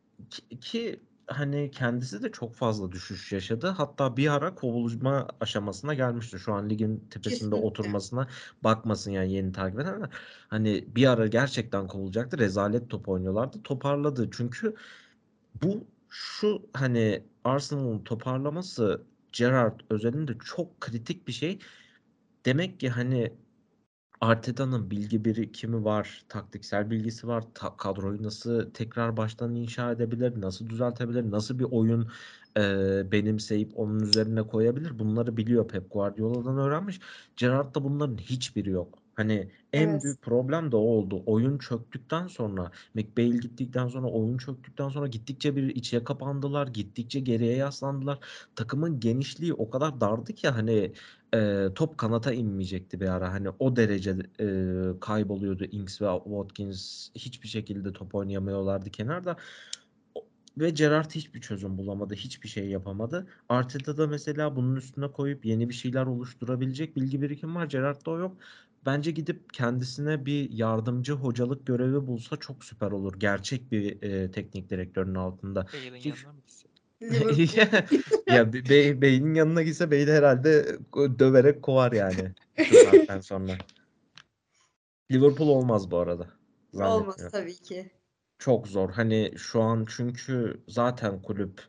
ki hani kendisi de çok fazla düşüş yaşadı. Hatta bir ara kovulma aşamasına gelmişti. Şu an ligin tepesinde kesinlikle. oturmasına bakmasın yani yeni takip edenler. Hani bir ara gerçekten kovulacaktı. Rezalet top oynuyorlardı. Toparladı. Çünkü şu hani Arsenal'ın toparlaması Gerrard özelinde çok kritik bir şey. Demek ki hani Arteta'nın bilgi birikimi var, taktiksel bilgisi var. Kadroyu nasıl tekrar baştan inşa edebilir, nasıl düzeltebilir, nasıl bir oyun benimseyip onun üzerine koyabilir. Bunları biliyor Pep Guardiola'dan öğrenmiş. Gerrard'da bunların hiçbiri yok. Hani en Evet. büyük problem de o oldu. Oyun çöktükten sonra, McBale gittikten sonra, oyun çöktükten sonra gittikçe bir içe kapandılar, gittikçe geriye yaslandılar. Takımın genişliği o kadar dardı ki hani top kanata inmeyecekti bir ara. Hani o derece kayboluyordu Ings ve Watkins. Hiçbir şekilde top oynayamıyorlardı kenarda. Ve Gerrard hiçbir çözüm bulamadı. Hiçbir şey yapamadı. Arteta da mesela bunun üstüne koyup yeni bir şeyler oluşturabilecek bilgi birikim var. Gerrard'da o yok. Bence gidip kendisine bir yardımcı hocalık görevi bulsa çok süper olur. Gerçek bir teknik direktörün altında. Bale'in Ki yanına mı gitse? Liverpool. ya Bey'in yanına gitse Bey de herhalde döverek kovar yani şu saatten sonra. Liverpool olmaz bu arada. Olmaz Zannetmiyorum. tabii ki. Çok zor. Hani şu an çünkü zaten kulüp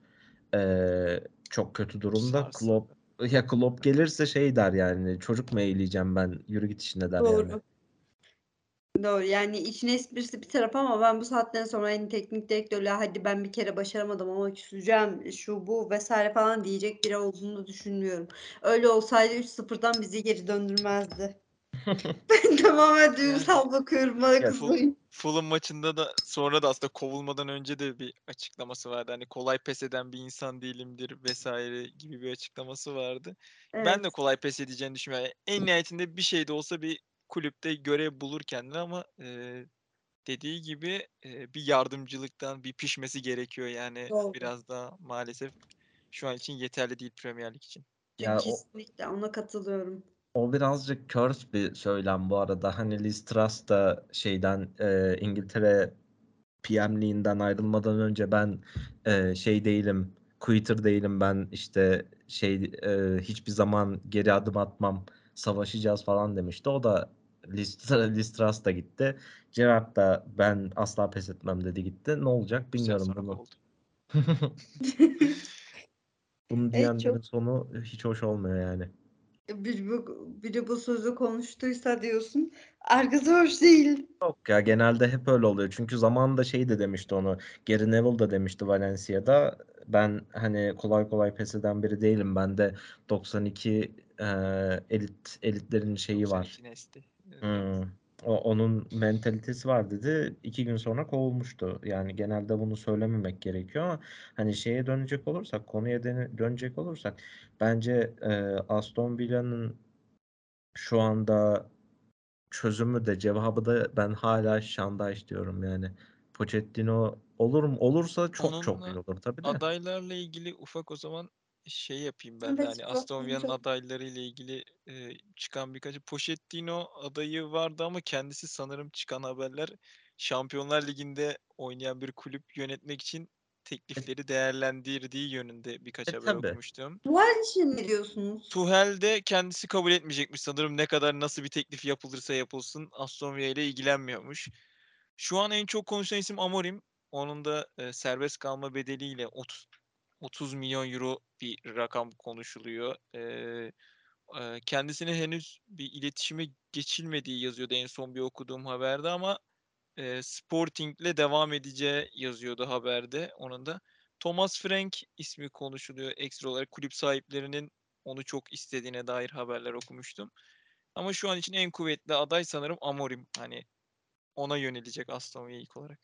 çok kötü durumda. Sarsıldı. Klopp gelirse şey der yani çocuk mu eğleyeceğim ben yürü git işine der yani. Doğru. Doğru. Yani işin esprisi bir taraf ama ben bu saatten sonra hani teknik direktörle hadi ben bir kere başaramadım ama küseceğim şu bu vesaire falan diyecek biri olduğunu düşünmüyorum. Öyle olsaydı 3-0'dan bizi geri döndürmezdi. Ben tamamen Yani duygusal bakıyorum bana Ya, kızmayın. Fulham maçında da sonra da aslında kovulmadan önce de bir açıklaması vardı. Hani kolay pes eden bir insan değilimdir vesaire gibi bir açıklaması vardı. Ben de Evet, kolay pes edeceğini düşünmüyorum. Yani en nihayetinde bir şey de olsa bir kulüpte görev bulur kendine ama dediği gibi bir yardımcılıktan bir pişmesi gerekiyor yani doğru. biraz daha maalesef şu an için yeterli değil Premier Lig için. ya Kesinlikle ona katılıyorum. o birazcık curse bir söylem bu arada. Hani Liz Truss da şeyden İngiltere PM'liğinden ayrılmadan önce ben şey değilim, quitter değilim ben işte hiçbir zaman geri adım atmam, savaşacağız falan demişti. O da Liz Truss da gitti. Gerrard da ben asla pes etmem dedi gitti. Ne olacak 3 sene bilmiyorum sonra bunu. kovuldu. Bunu Evet diyenlerin çok sonu hiç hoş olmuyor yani. Biri bu sözü konuştuysa diyorsun, arkası hoş değil. Yok ya, genelde hep öyle oluyor. Çünkü zamanında şey de demişti onu. Gary Neville da demişti Valencia'da. Ben hani kolay kolay pes eden biri değilim. Bende 92 elitlerin şeyi var. 92 nesli. Evet. Hmm. Onun mentalitesi var dedi. 2 gün sonra kovulmuştu. Yani genelde bunu söylememek gerekiyor ama hani şeye dönecek olursak, konuya dönecek olursak bence Aston Villa'nın şu anda çözümü de cevabı da ben hala Şandaş diyorum yani. Pochettino olur mu? Olursa çok çok iyi Onunla olur tabii de. adaylarla ilgili ufak o zaman şey yapayım ben de, Evet, hani Aston problem Villa'nın çok. adayları ile ilgili çıkan birkaç Pochettino adayı vardı ama kendisi sanırım çıkan haberler Şampiyonlar Ligi'nde oynayan bir kulüp yönetmek için E, teklifleri değerlendirdiği yönünde birkaç haber tabii. okumuştum. Bu hal için ne diyorsunuz? Tuchel de kendisi kabul etmeyecekmiş sanırım, ne kadar nasıl bir teklif yapılırsa yapılsın Aston Villa ile ilgilenmiyormuş. Şu an en çok konuşulan isim Amorim. Onun da serbest kalma bedeliyle 30 milyon euro bir rakam konuşuluyor. Kendisine henüz bir iletişime geçilmediği yazıyordu en son bir okuduğum haberde ama Sporting'le devam edeceği yazıyordu haberde onun da. Thomas Frank ismi konuşuluyor ekstra olarak. Kulüp sahiplerinin onu çok istediğine dair haberler okumuştum. Ama şu an için en kuvvetli aday sanırım Amorim. Hani ona yönelecek Aston Villa ilk olarak.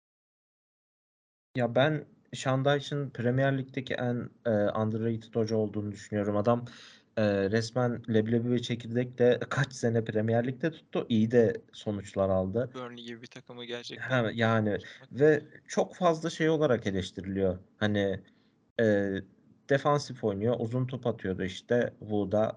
Ya ben Şandayş'ın Premier Lig'deki en underrated hoca olduğunu düşünüyorum. Adam resmen leblebi ve çekirdekle kaç sene Premier Lig'de tuttu. İyi de sonuçlar aldı. Burnley gibi bir takımı gerçekten Yani tutmak. ve çok fazla şey olarak eleştiriliyor. Hani e, defansif oynuyor. Uzun top atıyordu işte. Wood'a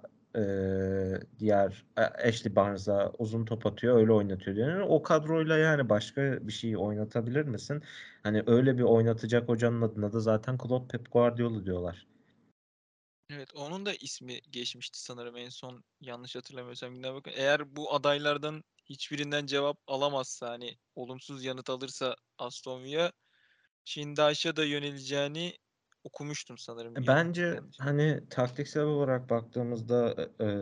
diğer Ashley Barnes'a uzun top atıyor. Öyle oynatıyor. Yani o kadroyla yani başka bir şey oynatabilir misin? Hani öyle bir oynatacak hocanın adına da zaten Klopp, Pep Guardiola diyorlar. Evet, onun da ismi geçmişti sanırım en son, yanlış hatırlamıyorsam. Yine bakın, eğer bu adaylardan hiçbirinden cevap alamazsa, hani olumsuz yanıt alırsa Aston Villa, Çindaş'a da yöneleceğini okumuştum sanırım bir yerde. Bence Yanlış. hani taktiksel olarak baktığımızda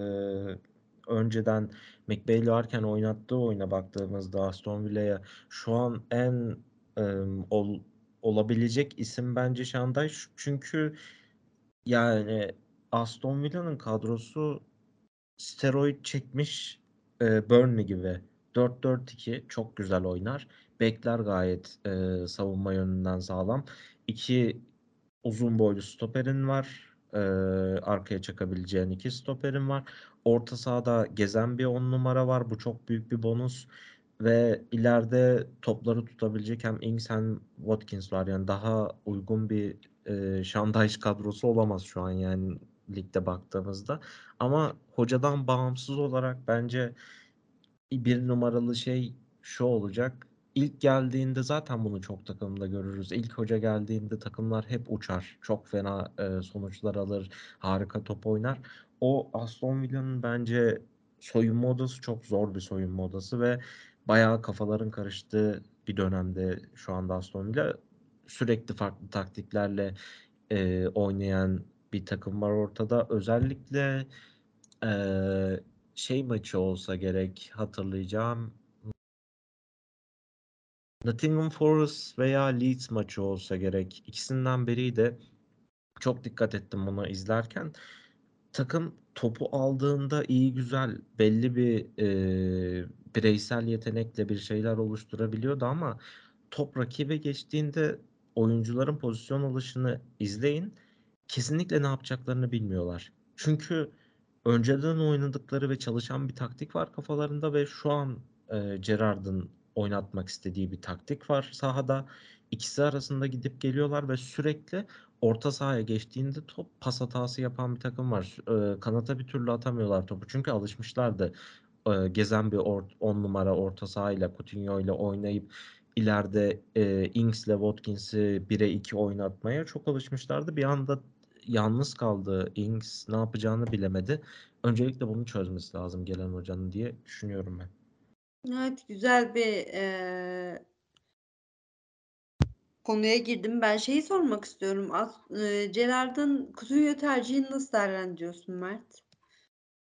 önceden McBailey varken oynattığı oyuna baktığımızda Aston Villa'ya şu an en e, olabilecek isim bence Şanday. Çünkü yani Aston Villa'nın kadrosu steroid çekmiş Burnley gibi. 4-4-2 çok güzel oynar. Bekler gayet savunma yönünden sağlam. İki uzun boylu stoperin var. Arkaya çakabileceğin iki stoperin var. Orta sahada gezen bir 10 numara var. Bu çok büyük bir bonus. Ve ileride topları tutabilecek hem Ings hem Watkins var. Yani daha uygun bir Şandaş kadrosu olamaz şu an yani ligde baktığımızda. Ama hocadan bağımsız olarak bence bir numaralı şey şu olacak. İlk geldiğinde zaten bunu çok takımda görürüz. İlk hoca geldiğinde takımlar hep uçar. Çok fena sonuçlar alır. Harika top oynar. O Aston Villa'nın bence soyunma odası çok zor bir soyunma odası ve bayağı kafaların karıştığı bir dönemde şu anda Aston Villa. Sürekli farklı taktiklerle oynayan bir takım var ortada. Özellikle şey maçı olsa gerek hatırlayacağım. Nottingham Forest veya Leeds maçı olsa gerek. İkisinden biriydi. Çok dikkat ettim bunu izlerken. Takım topu aldığında iyi güzel belli bir bireysel yetenekle bir şeyler oluşturabiliyordu ama top rakibe geçtiğinde oyuncuların pozisyon alışını izleyin. Kesinlikle ne yapacaklarını bilmiyorlar. Çünkü önceden oynadıkları ve çalışan bir taktik var kafalarında ve şu an Gerrard'ın oynatmak istediği bir taktik var sahada. İkisi arasında gidip geliyorlar ve sürekli orta sahaya geçtiğinde top pas hatası yapan bir takım var. Kanata bir türlü atamıyorlar topu. Çünkü alışmışlardı. Gezen bir 10 numara orta sahayla Coutinho ile oynayıp ileride Ings ile Watkins'i 1'e 2 oynatmaya çok alışmışlardı. Bir anda yalnız kaldı. Ings ne yapacağını bilemedi. Öncelikle bunu çözmesi lazım gelen hocanın diye düşünüyorum ben. Evet, güzel bir konuya girdim. Ben şeyi sormak istiyorum. Gerrard'ın Coutinho tercihini nasıl değerlendiriyorsun Mert?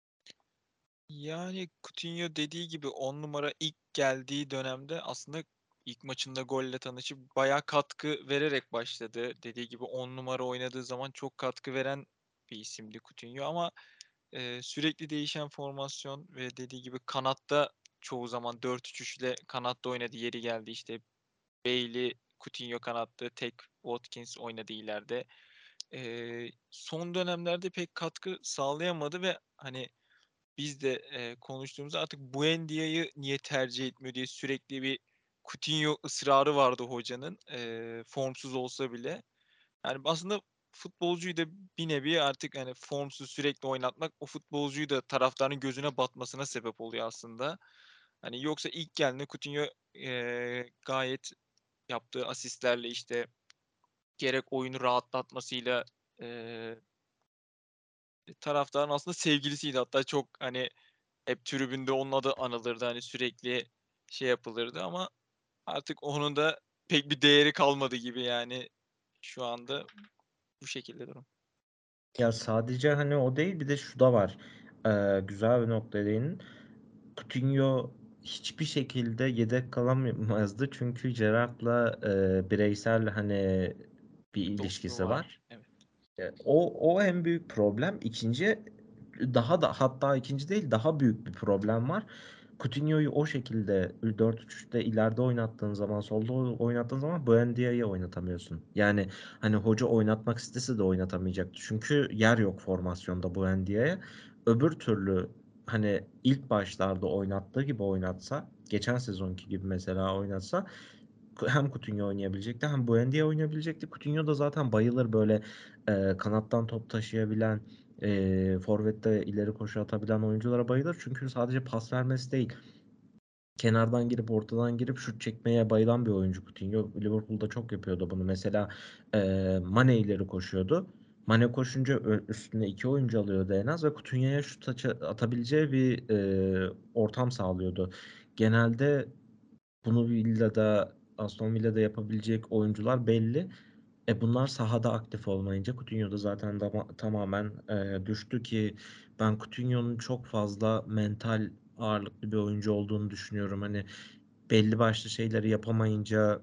Yani Coutinho dediği gibi 10 numara ilk geldiği dönemde aslında ilk maçında golle tanışıp bayağı katkı vererek başladı. Dediği gibi 10 numara oynadığı zaman çok katkı veren bir isimdi Coutinho ama sürekli değişen formasyon ve dediği gibi kanatta çoğu zaman 4-3-3 ile kanatta oynadı. Yeri geldi işte Bailey, Coutinho kanatta, tek Watkins oynadı ileride. Son dönemlerde pek katkı sağlayamadı ve hani biz de konuştuğumuzda artık Buendia'yı niye tercih etmiyor diye sürekli bir Coutinho ısrarı vardı hocanın. Formsuz olsa bile. Yani aslında futbolcuyu da bir nevi artık hani formsuz sürekli oynatmak o futbolcuyu da taraftarın gözüne batmasına sebep oluyor aslında. Hani yoksa ilk geldiğinde Coutinho gayet yaptığı asistlerle işte gerek oyunu rahatlatmasıyla taraftarın aslında sevgilisiydi. Hatta çok hani hep tribünde onun adı anılırdı. Hani sürekli şey yapılırdı ama artık onun da pek bir değeri kalmadı gibi yani şu anda bu şekilde durum. Ya sadece hani o değil, bir de şu da var. Güzel bir noktaya değindin. Coutinho hiçbir şekilde yedek kalamazdı çünkü Gerrard'la bireysel hani bir Dostluğu ilişkisi var. var. Evet. O en büyük problem. İkinci, daha da, hatta ikinci değil, daha büyük bir problem var. Coutinho'yu o şekilde 4-3-3'te ileride oynattığın zaman, solda oynattığın zaman Buendia'yı oynatamıyorsun. Yani hani hoca oynatmak istese de oynatamayacaktı. Çünkü yer yok formasyonda Buendia'ya. Öbür türlü hani ilk başlarda oynattığı gibi oynatsa, geçen sezonki gibi mesela oynatsa, hem Coutinho oynayabilecekti hem Buendia oynayabilecekti. Coutinho da zaten bayılır böyle kanattan top taşıyabilen, forvette ileri koşu atabilen oyunculara bayılır. Çünkü sadece pas vermesi değil, kenardan girip ortadan girip şut çekmeye bayılan bir oyuncu Coutinho. Liverpool'da çok yapıyordu bunu. Mesela Mane ileri koşuyordu. Mane koşunca üstüne iki oyuncu alıyordu en az ve Coutinho'ya şut atabileceği bir ortam sağlıyordu. Genelde bunu Villa'da, Aston Villa'da yapabilecek oyuncular belli. Bunlar sahada aktif olmayınca Coutinho da zaten tamamen düştü ki ben Coutinho'nun çok fazla mental ağırlıklı bir oyuncu olduğunu düşünüyorum. Hani belli başlı şeyleri yapamayınca,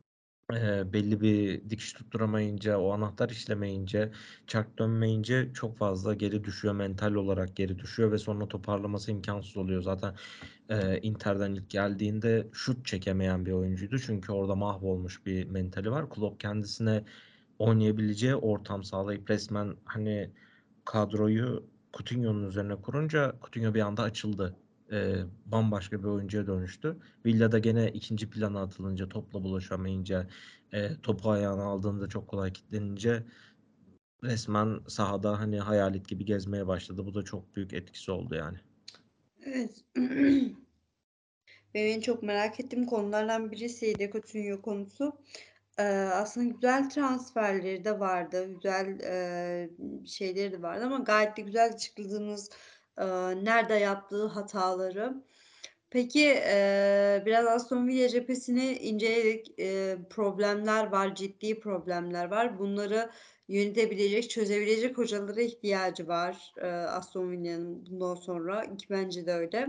belli bir dikiş tutturamayınca, o anahtar işlemeyince, çark dönmeyince çok fazla geri düşüyor. Mental olarak geri düşüyor ve sonra toparlaması imkansız oluyor. Zaten Inter'den ilk geldiğinde şut çekemeyen bir oyuncuydu. Çünkü orada mahvolmuş bir mentali var. Klopp kendisine oynayabileceği ortam sağlayıp resmen hani kadroyu Coutinho'nun üzerine kurunca Coutinho bir anda açıldı. Bambaşka bir oyuncuya dönüştü. Villa'da gene ikinci plana atılınca, topla bulaşamayınca, topu ayağına aldığında çok kolay kilitlenince resmen sahada hani hayalet gibi gezmeye başladı. Bu da çok büyük etkisi oldu yani. Evet. Benim en çok merak ettiğim konulardan birisiydi Coutinho konusu. Aslında güzel transferleri de vardı. Güzel şeyleri de vardı ama gayet de güzel çıkardığımız nerede yaptığı hataları. Peki biraz Aston Villa cephesini inceledik. Problemler var, ciddi problemler var. Bunları yönetebilecek, çözebilecek hocalara ihtiyacı var Aston Villa'nın bundan sonra. Ki bence de öyle.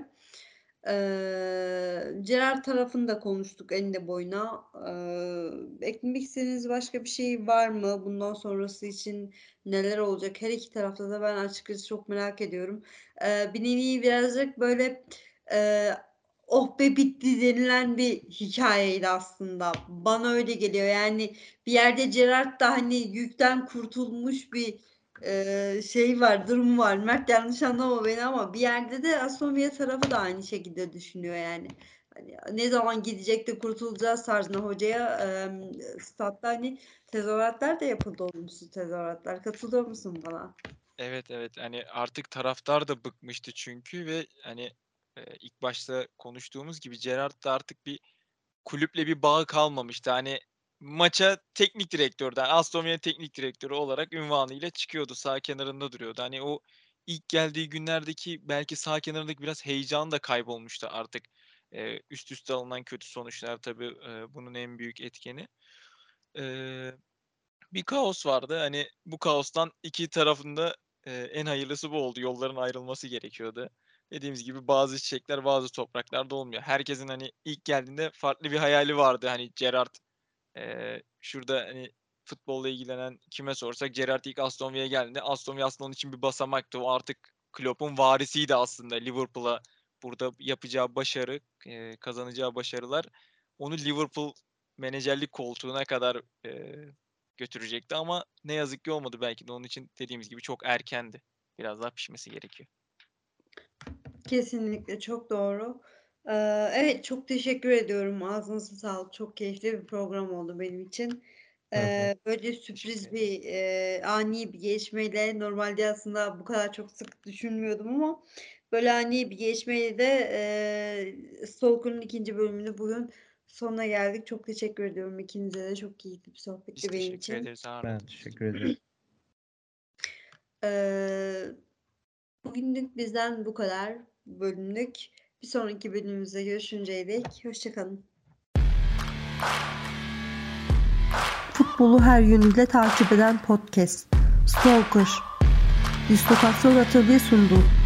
Gerrard tarafını da konuştuk enine boyuna. Eklemek istediğiniz başka bir şey var mı? Bundan sonrası için neler olacak? Her iki tarafta da ben açıkçası çok merak ediyorum. Bir nevi birazcık böyle eee, oh be bitti denilen bir hikayeydi aslında. Bana öyle geliyor. Yani bir yerde Gerrard da hani yükten kurtulmuş bir şey var, durum var. Mert yanlış anlama beni ama bir yerde de Aston Villa tarafı da aynı şekilde düşünüyor yani. Hani ne zaman gidecek de kurtulacağız tarzında hocaya statta hani tezahüratlar da yapıldı, olumsuz tezahüratlar. Katılıyor musun bana? Evet, evet. Hani artık taraftar da bıkmıştı çünkü ve hani ilk başta konuştuğumuz gibi Gerrard da artık bir kulüple bir bağı kalmamıştı. Hani maça teknik direktörden, Aston Villa teknik direktörü olarak ünvanıyla çıkıyordu. Sağ kenarında duruyordu. Hani o ilk geldiği günlerdeki belki sağ kenarındaki biraz heyecan da kaybolmuştu artık. Üst üste alınan kötü sonuçlar tabii bunun en büyük etkeni. Eee, Bir kaos vardı. Hani bu kaostan iki tarafında en hayırlısı bu oldu. Yolların ayrılması gerekiyordu. dediğimiz gibi bazı çiçekler bazı topraklarda olmuyor. Herkesin hani ilk geldiğinde farklı bir hayali vardı. Hani Gerrard şurada hani futbolla ilgilenen kime sorsak Gerrard ilk Aston Villa'ya geldiğinde Aston Villa aslında onun için bir basamaktı. O artık Klopp'un varisiydi aslında. Liverpool'a burada yapacağı başarı, kazanacağı başarılar onu Liverpool menajerlik koltuğuna kadar götürecekti ama ne yazık ki olmadı. Belki de onun için dediğimiz gibi çok erkendi. Biraz daha pişmesi gerekiyor. Kesinlikle çok doğru. Evet, çok teşekkür ediyorum. Ağzınıza sağlık. Çok keyifli bir program oldu benim için. Hı hı. Böyle Teşekkür sürpriz ederim. bir, ani bir gelişmeyle normalde aslında bu kadar çok sık düşünmüyordum ama böyle ani bir gelişmeyle de, Stalker'ın 2. bölümünü bugün sonuna geldik. Çok teşekkür ediyorum ikinize de. Çok keyifli bir Biz sohbetti benim teşekkür için. ederiz Ben ağırladığınız için. teşekkür ederim. Eee, Bugünlük bizden bu kadar. Bölümlük. Bir sonraki bölümümüzde görüşünceye dek hoşça kalın. Futbolu her yönüyle takip eden podcast Stalker. Distokasyon Atölye sundu.